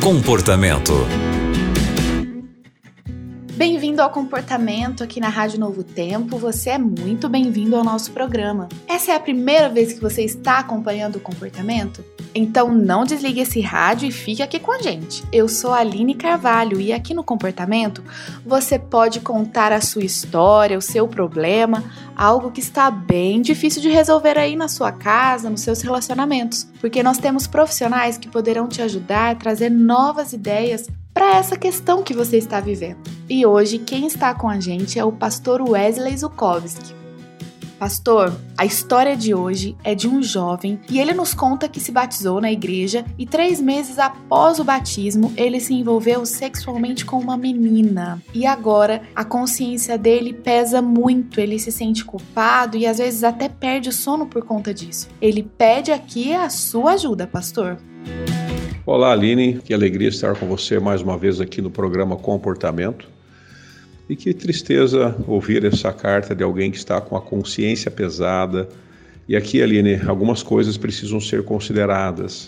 Comportamento. Bem-vindo ao Comportamento aqui na Rádio Novo Tempo, você é muito bem-vindo ao nosso programa. Essa é a primeira vez que você está acompanhando o Comportamento? Então não desligue esse rádio e fique aqui com a gente. Eu sou a Aline Carvalho e aqui no Comportamento você pode contar a sua história, o seu problema, algo que está bem difícil de resolver aí na sua casa, nos seus relacionamentos, porque nós temos profissionais que poderão te ajudar a trazer novas ideias para essa questão que você está vivendo. E hoje quem está com a gente é o pastor Wesley Zukovski. Pastor, a história de hoje é de um jovem e ele nos conta que se batizou na igreja e 3 meses após o batismo ele se envolveu sexualmente com uma menina. E agora a consciência dele pesa muito, ele se sente culpado e às vezes até perde o sono por conta disso. Ele pede aqui a sua ajuda, pastor. Olá, Aline, que alegria estar com você mais uma vez aqui no programa Comportamento. E que tristeza ouvir essa carta de alguém que está com a consciência pesada. E aqui, Aline, algumas coisas precisam ser consideradas.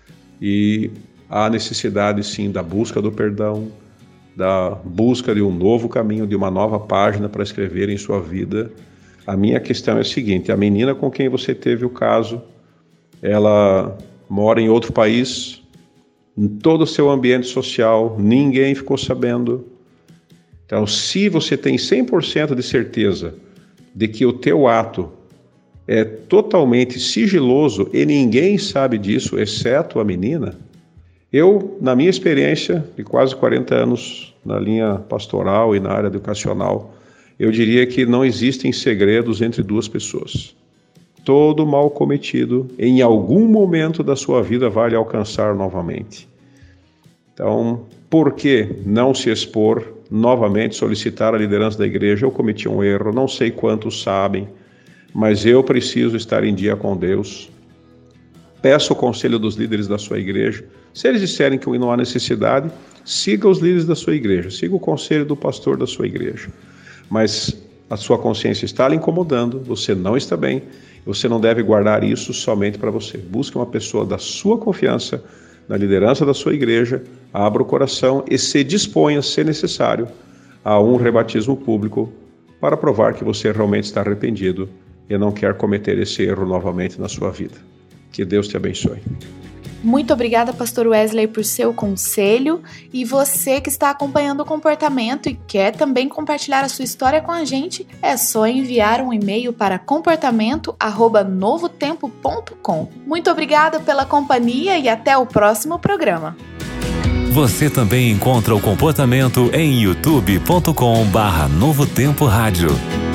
E há necessidade, sim, da busca do perdão, da busca de um novo caminho, de uma nova página para escrever em sua vida. A minha questão é a seguinte: a menina com quem você teve o caso, ela mora em outro país, em todo o seu ambiente social, ninguém ficou sabendo. Então, se você tem 100% de certeza de que o teu ato é totalmente sigiloso e ninguém sabe disso, exceto a menina, eu, na minha experiência de quase 40 anos na linha pastoral e na área educacional, eu diria que não existem segredos entre duas pessoas. Todo mal cometido, em algum momento da sua vida, vai lhe alcançar novamente. Então, por que não se expor novamente, solicitar a liderança da igreja? Eu cometi um erro, não sei quantos sabem, mas eu preciso estar em dia com Deus. Peço o conselho dos líderes da sua igreja. Se eles disserem que não há necessidade, siga os líderes da sua igreja, siga o conselho do pastor da sua igreja. Mas a sua consciência está lhe incomodando, você não está bem, você não deve guardar isso somente para você. Busque uma pessoa da sua confiança, na liderança da sua igreja, abra o coração e se disponha, se necessário, a um rebatismo público para provar que você realmente está arrependido e não quer cometer esse erro novamente na sua vida. Que Deus te abençoe. Muito obrigada, pastor Wesley, por seu conselho. E você que está acompanhando o Comportamento e quer também compartilhar a sua história com a gente, é só enviar um e-mail para comportamento@novotempo.com. Muito obrigada pela companhia e até o próximo programa. Você também encontra o Comportamento em youtube.com/Novo Tempo Rádio.